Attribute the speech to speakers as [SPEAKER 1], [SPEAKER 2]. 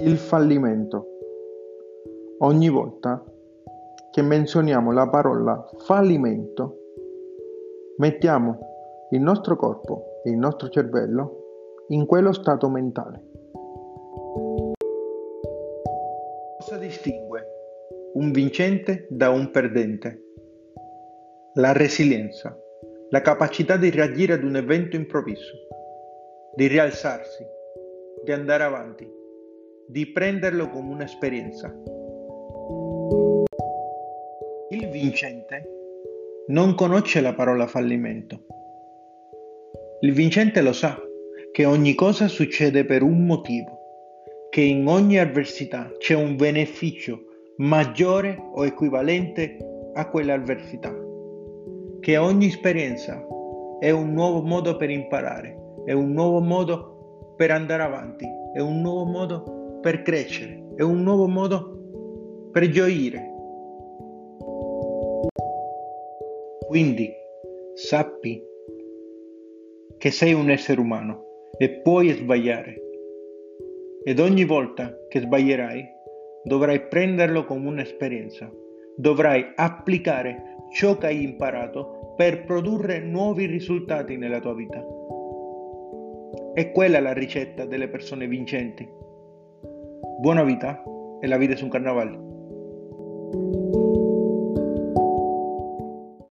[SPEAKER 1] Il fallimento. Ogni volta che menzioniamo la parola fallimento, mettiamo il nostro corpo e il nostro cervello in quello stato mentale. Cosa distingue un vincente da un perdente? La resilienza, la capacità di reagire ad un evento improvviso, di rialzarsi, di andare avanti, di prenderlo come un'esperienza. Il vincente non conosce la parola fallimento. Il vincente lo sa che ogni cosa succede per un motivo, che in ogni avversità c'è un beneficio maggiore o equivalente a quell'avversità, che ogni esperienza è un nuovo modo per imparare, è un nuovo modo per andare avanti, è un nuovo modo per crescere, è un nuovo modo per gioire. Quindi sappi che sei un essere umano e puoi sbagliare. Ed ogni volta che sbaglierai dovrai prenderlo come un'esperienza. Dovrai applicare ciò che hai imparato per produrre nuovi risultati nella tua vita. È quella la ricetta delle persone vincenti. Buona vita e la vita è un carnevale.